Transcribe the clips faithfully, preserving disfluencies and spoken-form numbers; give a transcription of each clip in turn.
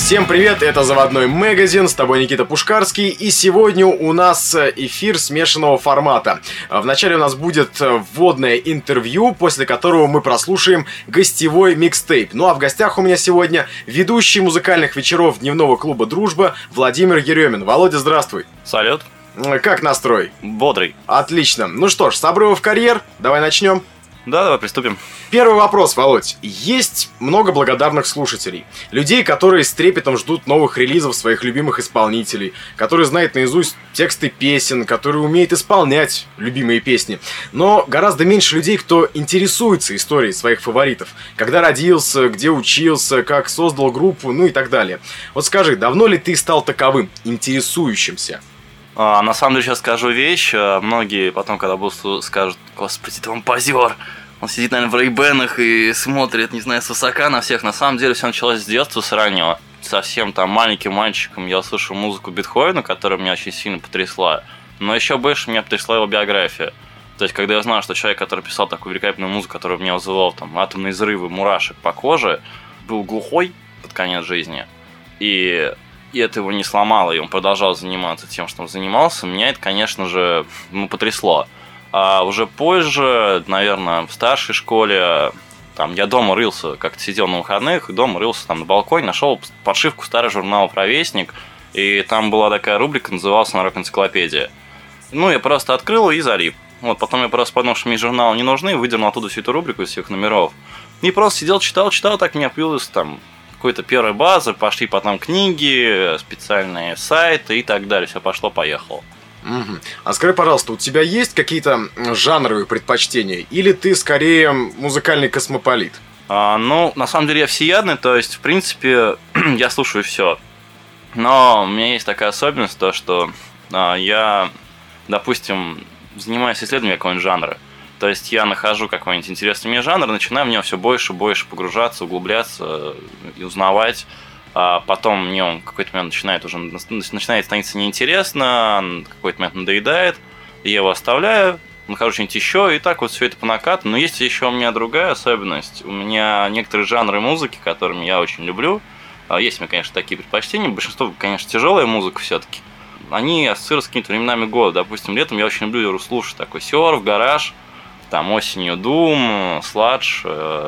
Всем привет, это Заводной Магазин, с тобой Никита Пушкарский, и сегодня у нас эфир смешанного формата. Вначале у нас будет вводное интервью, после которого мы прослушаем гостевой микстейп. Ну а в гостях у меня сегодня ведущий музыкальных вечеров дневного клуба «Дружба» Владимир Еремин. Володя, здравствуй. Салют. Как настрой? Бодрый. Отлично. Ну что ж, с обрыва в карьер, давай начнем. Да, давай приступим. Первый вопрос, Володь. Есть много благодарных слушателей. Людей, которые с трепетом ждут новых релизов своих любимых исполнителей, которые знают наизусть тексты песен, которые умеют исполнять любимые песни. Но гораздо меньше людей, кто интересуется историей своих фаворитов. Когда родился, где учился, как создал группу, ну и так далее. Вот скажи, давно ли ты стал таковым, интересующимся? А, на самом деле, сейчас скажу вещь. Многие потом, когда будут, скажут: господи, ты он позер. Он сидит, наверное, в рейбенах и смотрит, не знаю, свысока на всех. На самом деле, все началось с детства, с раннего. Совсем там маленьким мальчиком я услышал музыку Бетховена, которая меня очень сильно потрясла. Но еще больше меня потрясла его биография. То есть, когда я знал, что человек, который писал такую великолепную музыку, которая меня вызывала там атомные взрывы, мурашек по коже, был глухой под конец жизни. И... И это его не сломало, и он продолжал заниматься тем, что он занимался. Меня это, конечно же, ну, потрясло. А уже позже, наверное, в старшей школе, там, я дома рылся, как-то сидел на выходных, и дома рылся там на балконе, нашел подшивку старого журнала «Провестник», и там была такая рубрика, называлась она «Рок-энциклопедия». Ну, я просто открыл и залип. Вот, потом я просто подумал, что мне журналы не нужны, выдернул оттуда всю эту рубрику из всех номеров. И просто сидел, читал, читал, так меня появилось там... какой-то первой базы, пошли потом книги, специальные сайты и так далее. Все пошло-поехало. Угу. А скажи, пожалуйста, у тебя есть какие-то жанровые предпочтения? Или ты скорее музыкальный космополит? А, ну, на самом деле я всеядный, то есть, в принципе, я слушаю все. Но у меня есть такая особенность, то, что а, я, допустим, занимаюсь исследованием какого-нибудь жанра. То есть я нахожу какой-нибудь интересный мне жанр, начинаю в него все больше и больше погружаться, углубляться и узнавать. А потом мне он в какой-то момент начинает уже начинает становиться неинтересно, в какой-то момент надоедает, я его оставляю, нахожу что-нибудь еще, и так вот все это по накату. Но есть еще у меня другая особенность. У меня некоторые жанры музыки, которыми я очень люблю. Есть у меня, конечно, такие предпочтения. Большинство, конечно, тяжелая музыка все-таки. Они ассоциируются с какими-то временами года. Допустим, летом я очень люблю слушать такой серф, гараж. Там осенью Doom, Sludge,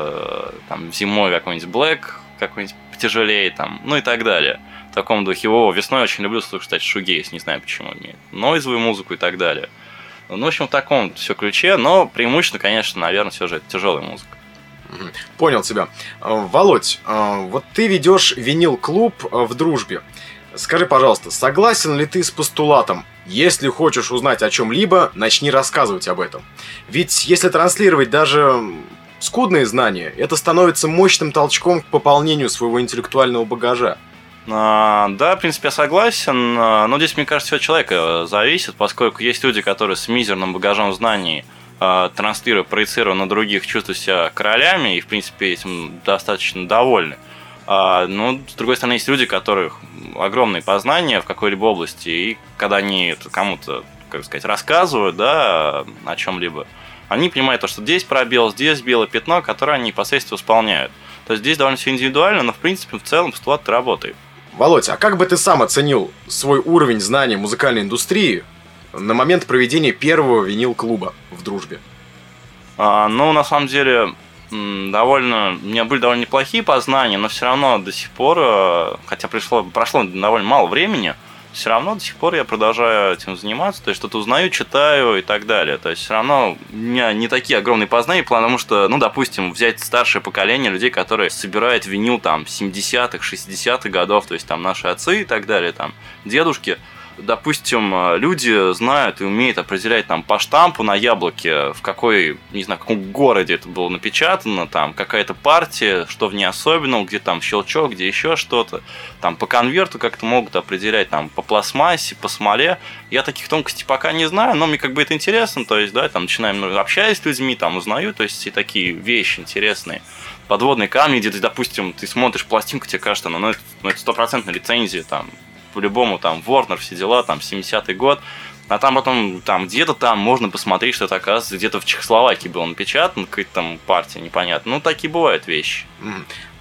э, там зимой какой-нибудь Black, какой-нибудь потяжелее, там, ну и так далее. В таком духе. О, весной очень люблю слушать, кстати, шугейс, не знаю почему, нойзовую музыку и так далее. Ну, в общем, в таком все ключе, но преимущественно, конечно, наверное, все же это тяжелая музыка. Понял тебя. Володь, вот ты ведешь винил-клуб в Дружбе. Скажи, пожалуйста, согласен ли ты с постулатом: если хочешь узнать о чем-либо, начни рассказывать об этом? Ведь если транслировать даже скудные знания, это становится мощным толчком к пополнению своего интеллектуального багажа. А, да, в принципе, я согласен, но здесь, мне кажется, все от человека зависит, поскольку есть люди, которые с мизерным багажом знаний, транслируя, проецируя на других, чувствуют себя королями и, в принципе, этим достаточно довольны. А, ну, с другой стороны, есть люди, у которых огромные познания в какой-либо области, и когда они кому-то, как сказать, рассказывают, да, о чем-либо, они понимают, что здесь пробел, здесь белое пятно, которое они непосредственно исполняют. То есть здесь довольно все индивидуально, но в принципе в целом постулат работает. Володь, а как бы ты сам оценил свой уровень знаний музыкальной индустрии на момент проведения первого винил-клуба в Дружбе? А, ну, на самом деле... довольно, у меня были довольно неплохие познания, но все равно до сих пор, хотя пришло, прошло довольно мало времени, все равно до сих пор я продолжаю этим заниматься, то есть что-то узнаю, читаю и так далее. То есть все равно у меня не такие огромные познания, потому что, ну, допустим, взять старшее поколение людей, которые собирают винил там семидесятых, шестидесятых годов, то есть там наши отцы и так далее, там дедушки. Допустим, люди знают и умеют определять там по штампу на яблоке, в какой, не знаю, в каком городе это было напечатано, там какая-то партия, что в ней особенного, где там щелчок, где еще что-то. Там по конверту как-то могут определять, там по пластмассе, по смоле. Я таких тонкостей пока не знаю, но мне как бы это интересно, то есть, да, там начинаем, ну, общаясь с людьми, там узнаю, то есть все такие вещи интересные. Подводные камни, где ты, допустим, ты смотришь пластинку, тебе кажется, ну, это стопроцентная лицензия, там, по-любому, там, Warner, все дела, там, семидесятый год, а там потом, там, где-то там можно посмотреть, что это, оказывается, где-то в Чехословакии было напечатано, какая-то там партия непонятная. Ну, такие бывают вещи.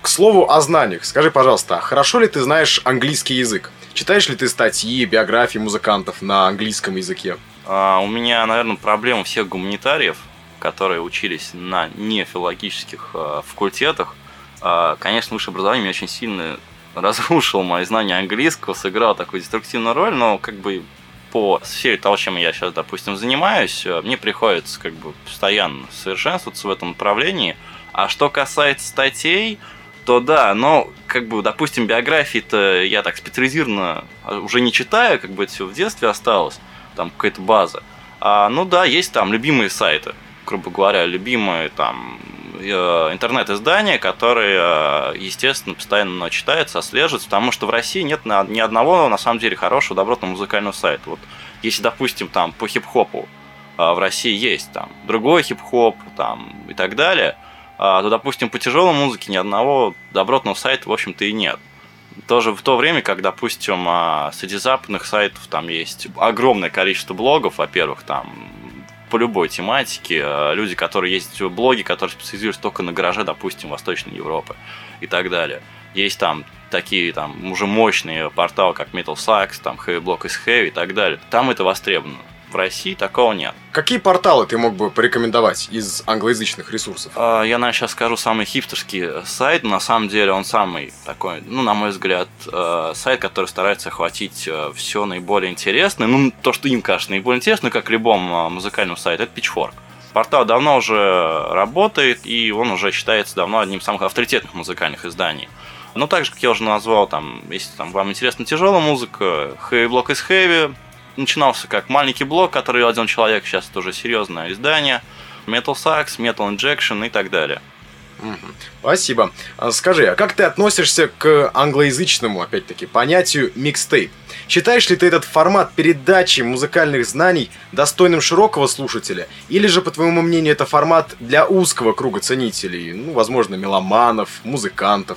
К слову о знаниях, скажи, пожалуйста, хорошо ли ты знаешь английский язык? Читаешь ли ты статьи, биографии музыкантов на английском языке? А, у меня, наверное, проблема всех гуманитариев, которые учились на нефилологических а, факультетах. А, конечно, высшее образование меня очень сильно разрушило мои знания английского, сыграло такую деструктивную роль, но как бы по сфере того, чем я сейчас, допустим, занимаюсь, мне приходится как бы постоянно совершенствоваться в этом направлении. А что касается статей, то да, но как бы, допустим, биографии-то я так специализированно уже не читаю, как бы это все в детстве осталось, там какая-то база. А, ну да, есть там любимые сайты, грубо говоря, любимые там интернет-издания, которые, естественно, постоянно читаются, отслеживаются, потому что в России нет ни одного, на самом деле, хорошего, добротного музыкального сайта. Вот если, допустим, там по хип-хопу в России есть там другой хип-хоп там, и так далее, то, допустим, по тяжелой музыке ни одного добротного сайта, в общем-то, и нет. Тоже в то время, как, допустим, среди западных сайтов там есть огромное количество блогов, во-первых, там по любой тематике, люди, которые есть блоги, которые специализируются только на гараже, допустим, Восточной Европы и так далее. Есть там такие там уже мощные порталы, как Metal Sax, там Heavy Block is Heavy и так далее. Там это востребовано. В России такого нет. Какие порталы ты мог бы порекомендовать из англоязычных ресурсов? Я, наверное, сейчас скажу самый хипстерский сайт. На самом деле он самый такой, ну, на мой взгляд, сайт, который старается охватить все наиболее интересное. Ну, то, что им кажется наиболее интересно, как любом музыкальном сайте, это Pitchfork. Портал давно уже работает, и он уже считается давно одним из самых авторитетных музыкальных изданий. Но также, как я уже назвал, там, если там, вам интересна тяжелая музыка, Heavy Block is Heavy. Начинался как маленький блог, который вел один человек, сейчас это уже серьезное издание. Metal Sax, Metal Injection и так далее. Угу. Спасибо. Скажи, а как ты относишься к англоязычному, опять-таки, понятию микстейп? Считаешь ли ты этот формат передачи музыкальных знаний достойным широкого слушателя? Или же, по твоему мнению, это формат для узкого круга ценителей? Ну, возможно, меломанов, музыкантов?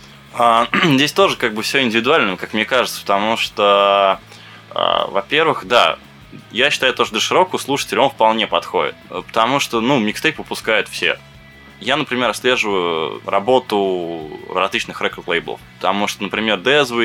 А, здесь тоже как бы все индивидуально, как мне кажется, потому что... Во-первых, да, я считаю, то, что для широкого слушателя он вполне подходит. Потому что, ну, микстейп выпускают все. Я, например, отслеживаю работу различных рекорд-лейблов. Потому что, например,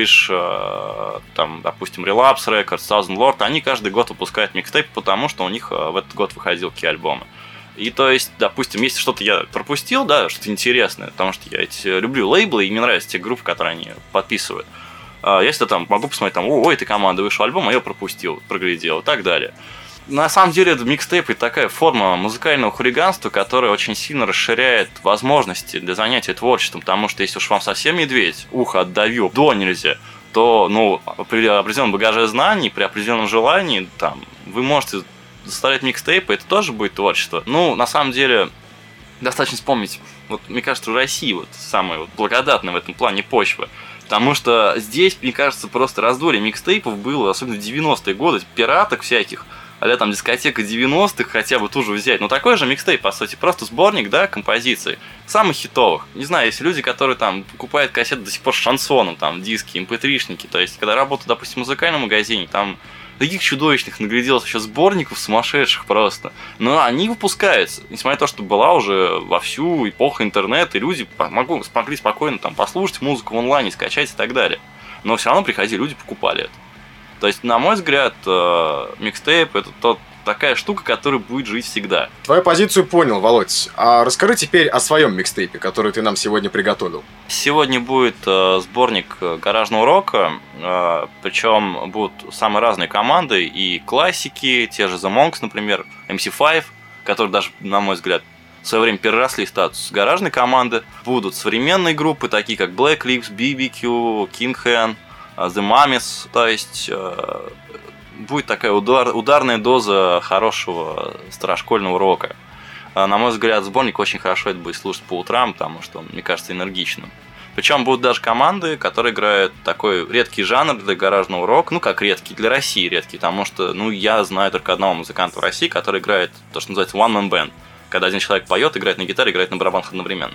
Deathwish, там, допустим, Relapse Records, Thousand Lord, они каждый год выпускают микстейп, потому что у них в этот год выходил какие альбомы. И то есть, допустим, если что-то я пропустил, да, что-то интересное, потому что я эти люблю лейблы, и мне нравятся те группы, которые они подписывают. Если там могу посмотреть, там, о, этой команды вышел альбом, а я пропустил, проглядел и так далее. На самом деле, это микстейп – это такая форма музыкального хулиганства, которая очень сильно расширяет возможности для занятия творчеством, потому что если уж вам совсем медведь ухо отдавил до нельзя, то, ну, при определенном багаже знаний, при определенном желании, там, вы можете составлять микстейпы, это тоже будет творчество. Ну, на самом деле, достаточно вспомнить, вот, мне кажется, в России вот самая вот благодатная в этом плане почва. Потому что здесь, мне кажется, просто раздолье микстейпов было, особенно в девяностые годы, пираток всяких, а-ля там дискотека девяностых хотя бы тоже взять. Но такой же микстейп, по сути, просто сборник, да, композиций, самых хитовых. Не знаю, есть люди, которые там покупают кассеты до сих пор с шансоном, там, диски, эм пэ три-шники. То есть, когда работают, допустим, в музыкальном магазине, там таких чудовищных нагляделось еще сборников сумасшедших просто. Но они выпускаются, несмотря на то, что была уже вовсю эпоха интернета, и люди могли, смогли спокойно там послушать музыку в онлайне, скачать и так далее. Но все равно приходили, люди покупали это. То есть, на мой взгляд, микстейп – это тот, такая штука, которая будет жить всегда. Твою позицию понял, Володь. А расскажи теперь о своем микстейпе, который ты нам сегодня приготовил. Сегодня будет э, сборник гаражного рока, э, причем будут самые разные команды, и классики, те же The Monks, например, эм си пять, которые даже, на мой взгляд, в свое время переросли статус гаражной команды. Будут современные группы, такие как Black Lips, би би кью, King Hen, The Mummies, то есть... Э, будет такая удар, ударная доза хорошего старошкольного рока. На мой взгляд, сборник очень хорошо это будет слушать по утрам, потому что он, мне кажется, энергичным. Причем будут даже команды, которые играют такой редкий жанр для гаражного рока, ну как редкий, для России редкий, потому что, ну, я знаю только одного музыканта в России, который играет то, что называется one-man band, когда один человек поет, играет на гитаре, играет на барабанах одновременно.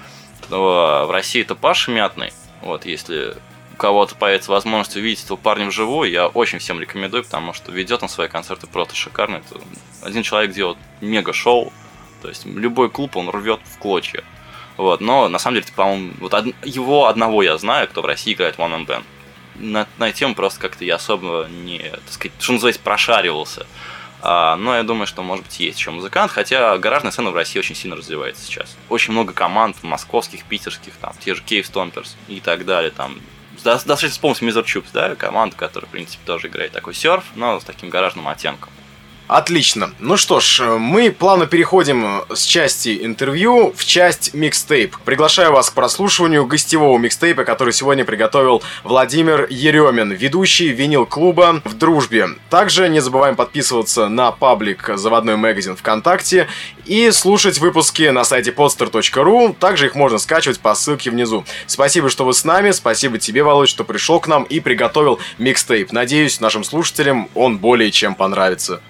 В России это Паша Мятный, вот, если... у кого-то появится возможность увидеть этого парня вживую, я очень всем рекомендую, потому что ведет он свои концерты просто шикарно. Это один человек делает мега-шоу, то есть любой клуб он рвет в клочья. Вот, но на самом деле, по-моему, вот од... его одного я знаю, кто в России играет One Man Band. На, на эту тему просто как-то я особо не, так сказать, что называется, прошаривался. А, но я думаю, что, может быть, есть еще музыкант, хотя гаражная сцена в России очень сильно развивается сейчас. Очень много команд московских, питерских, там, те же Cave Stompers и так далее, там. Достаточно вспомнить Mizor Tubes, да, команда, которая, в принципе, тоже играет такой серф, но с таким гаражным оттенком. Отлично. Ну что ж, мы плавно переходим с части интервью в часть микстейп. Приглашаю вас к прослушиванию гостевого микстейпа, который сегодня приготовил Владимир Еремин, ведущий винил-клуба «В дружбе». Также не забываем подписываться на паблик «Заводной магазин» ВКонтакте и слушать выпуски на сайте podster точка ру. Также их можно скачивать по ссылке внизу. Спасибо, что вы с нами. Спасибо тебе, Володь, что пришел к нам и приготовил микстейп. Надеюсь, нашим слушателям он более чем понравится.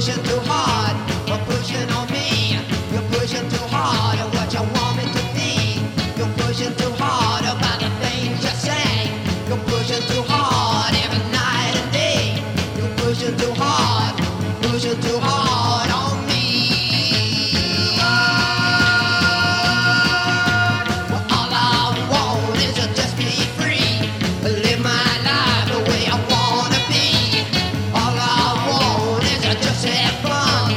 pushing too hard, you're pushing on me. You're pushing too hard at what you want me to be. You're pushing too hard about the things you say. You're pushing too hard every night and day. You're pushing too hard, pushing too hard on me. Well, all I want is to just be free, live my life the way I wanna be. All I want is to just have fun,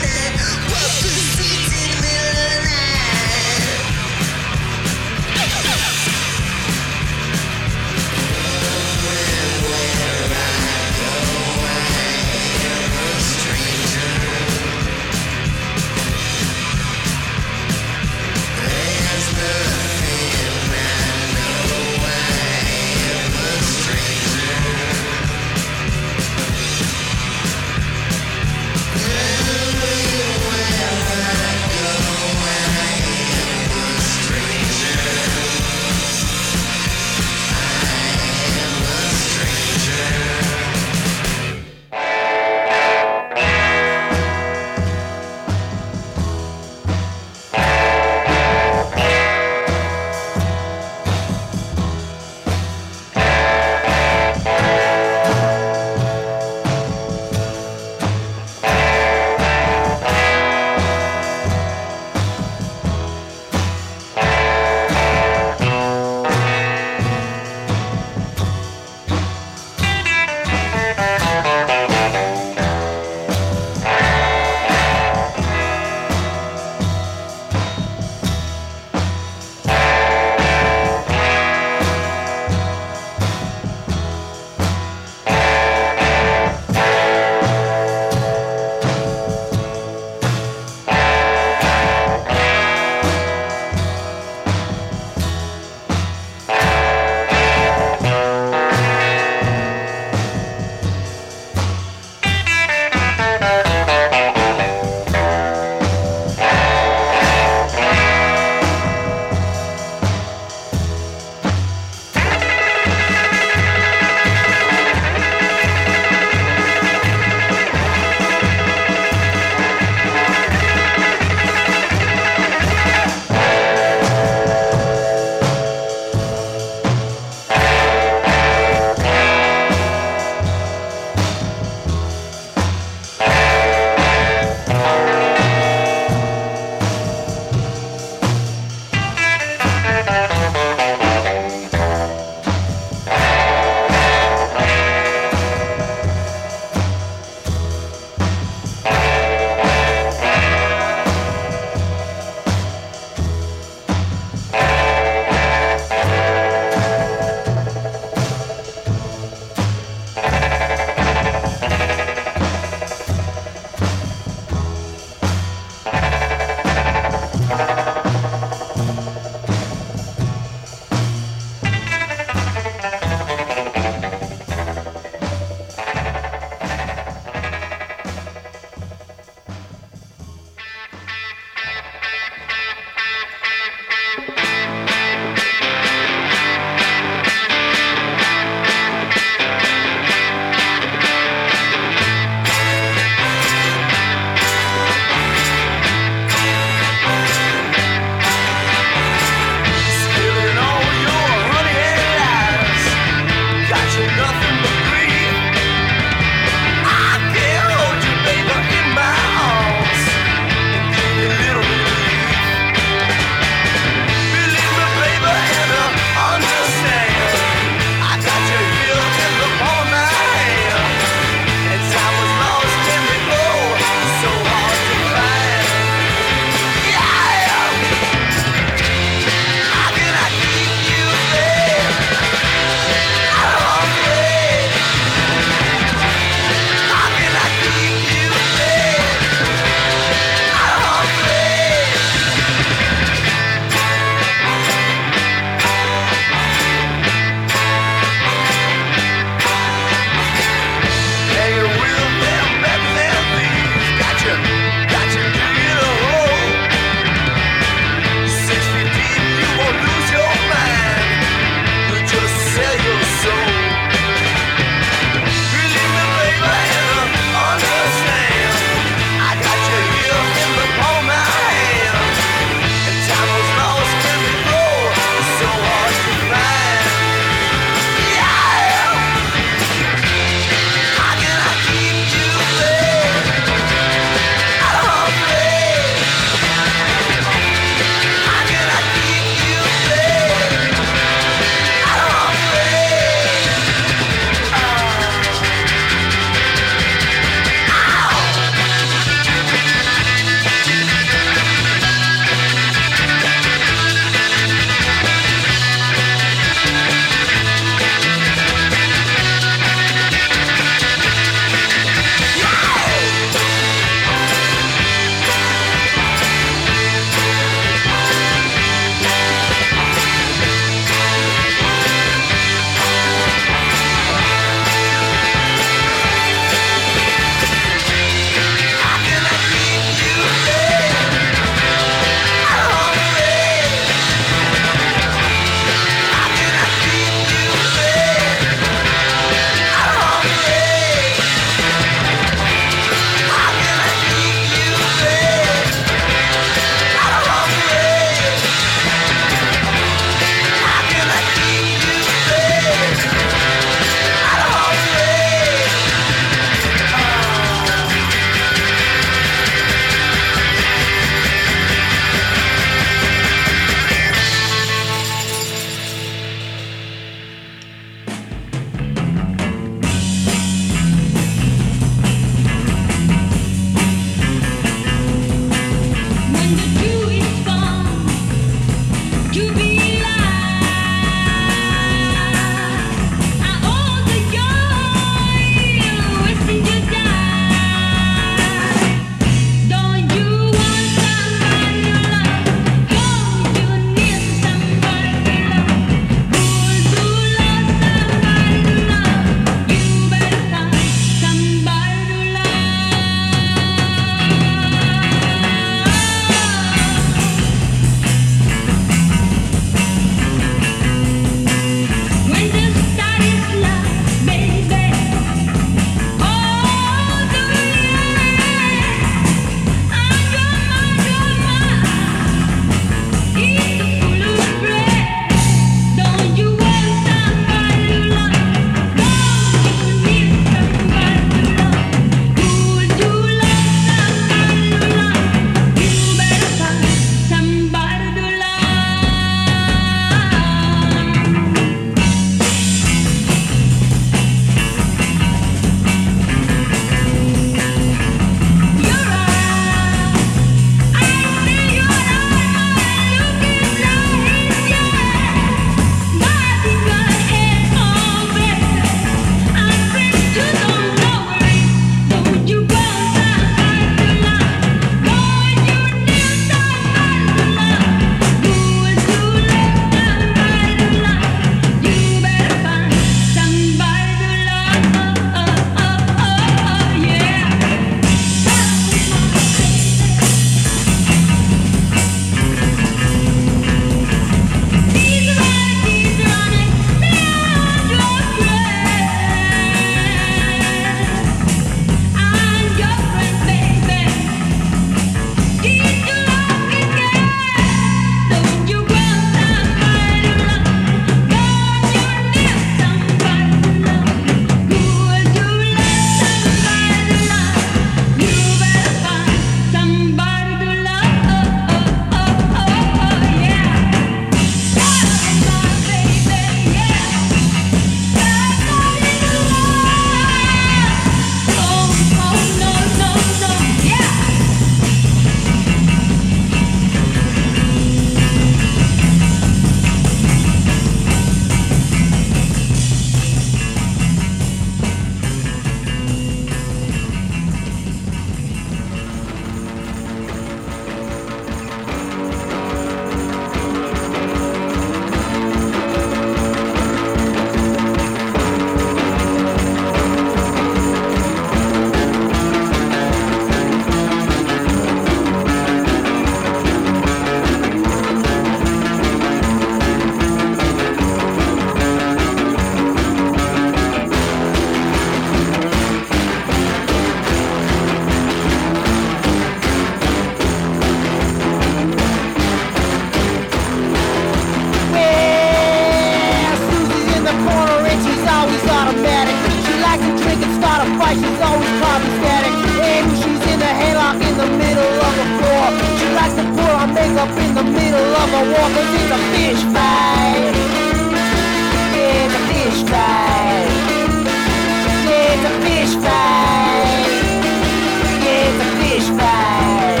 fight, she's always causing static. And she's in the headlock in the middle of the floor. She likes to pour on makeup in the middle of a war, cause it's a fish fight. Yeah, it's a fish fight. Yeah, it's a fish fight. Yeah, it's a fish fight.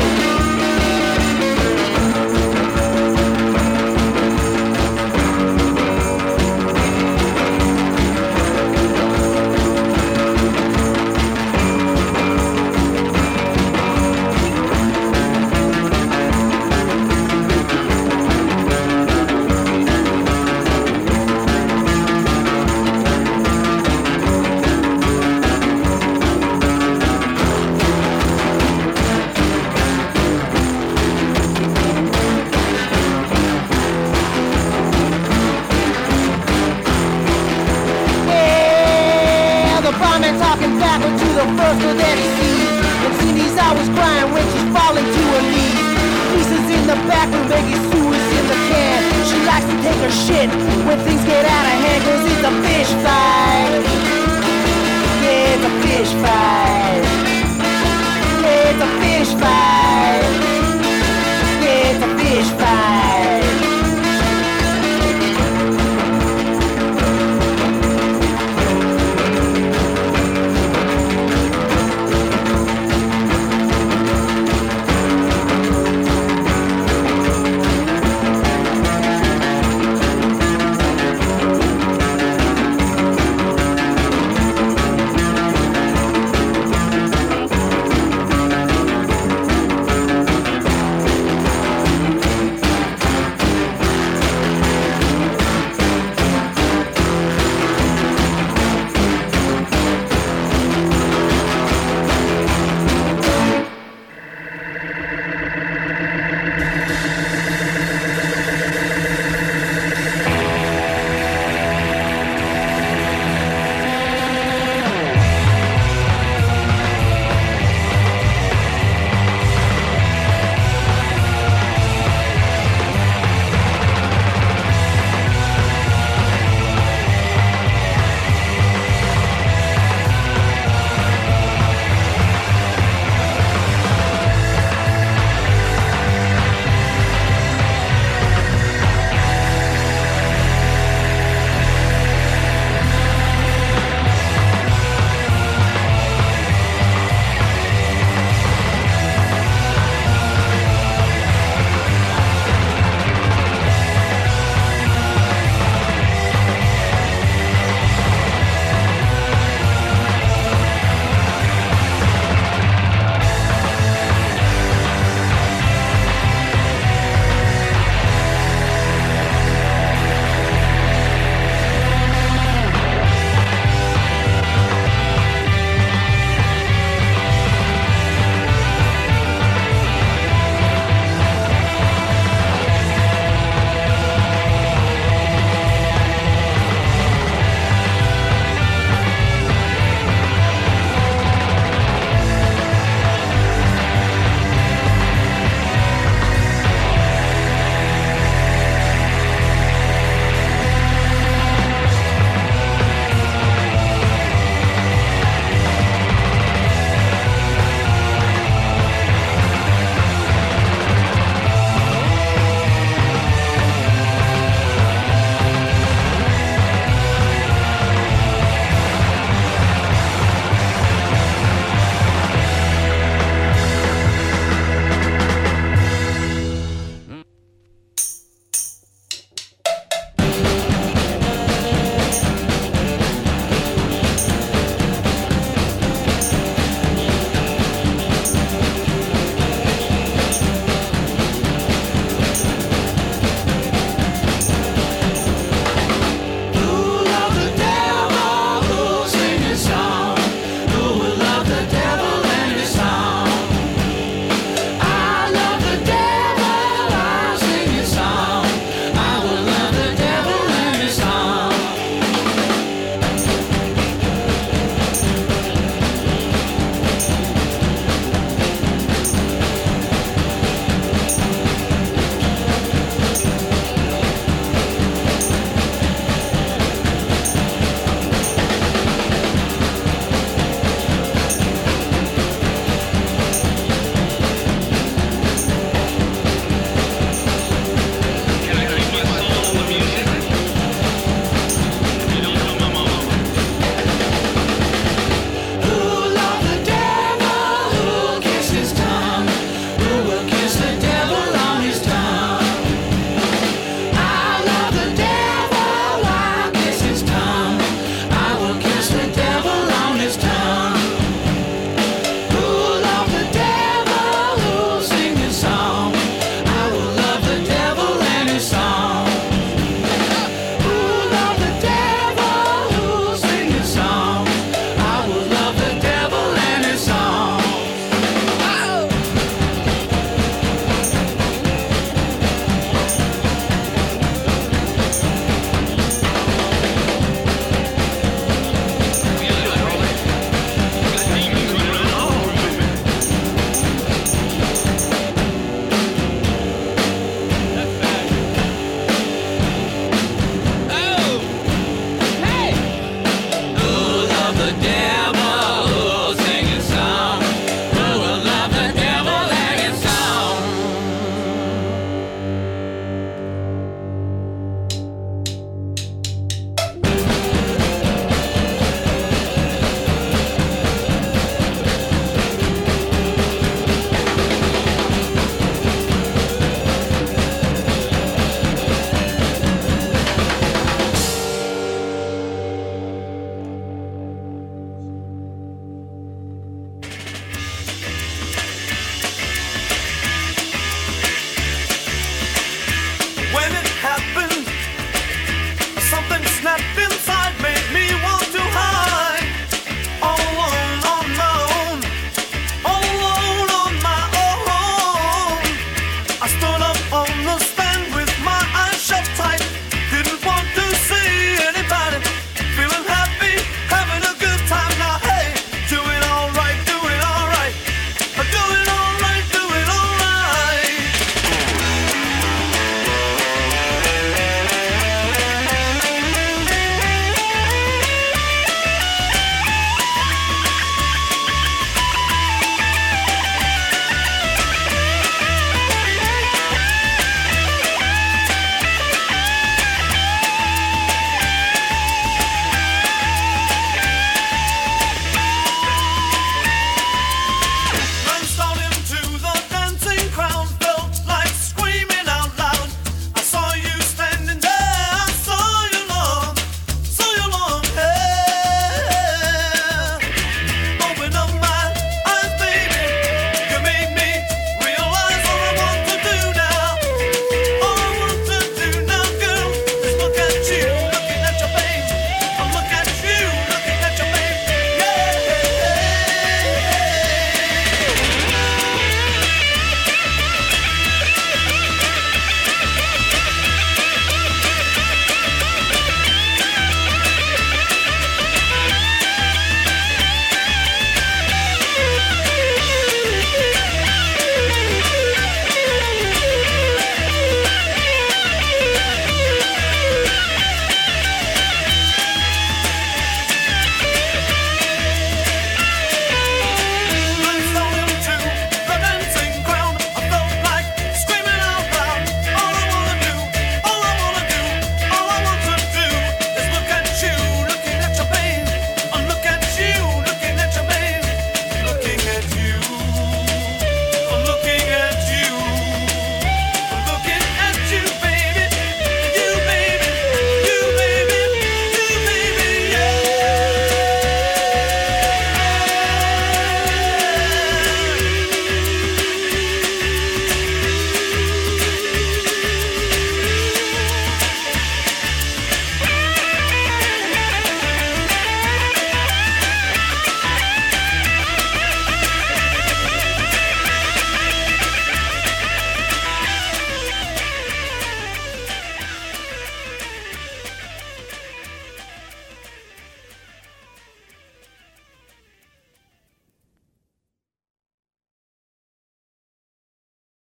Talking backward to the first girl that he sees. And Cindy's always crying when she's falling to her knees. Lisa's in the back room, Maggie Sue is in the can. She likes to take her shit when things get out of hand, cause it's a fish fight.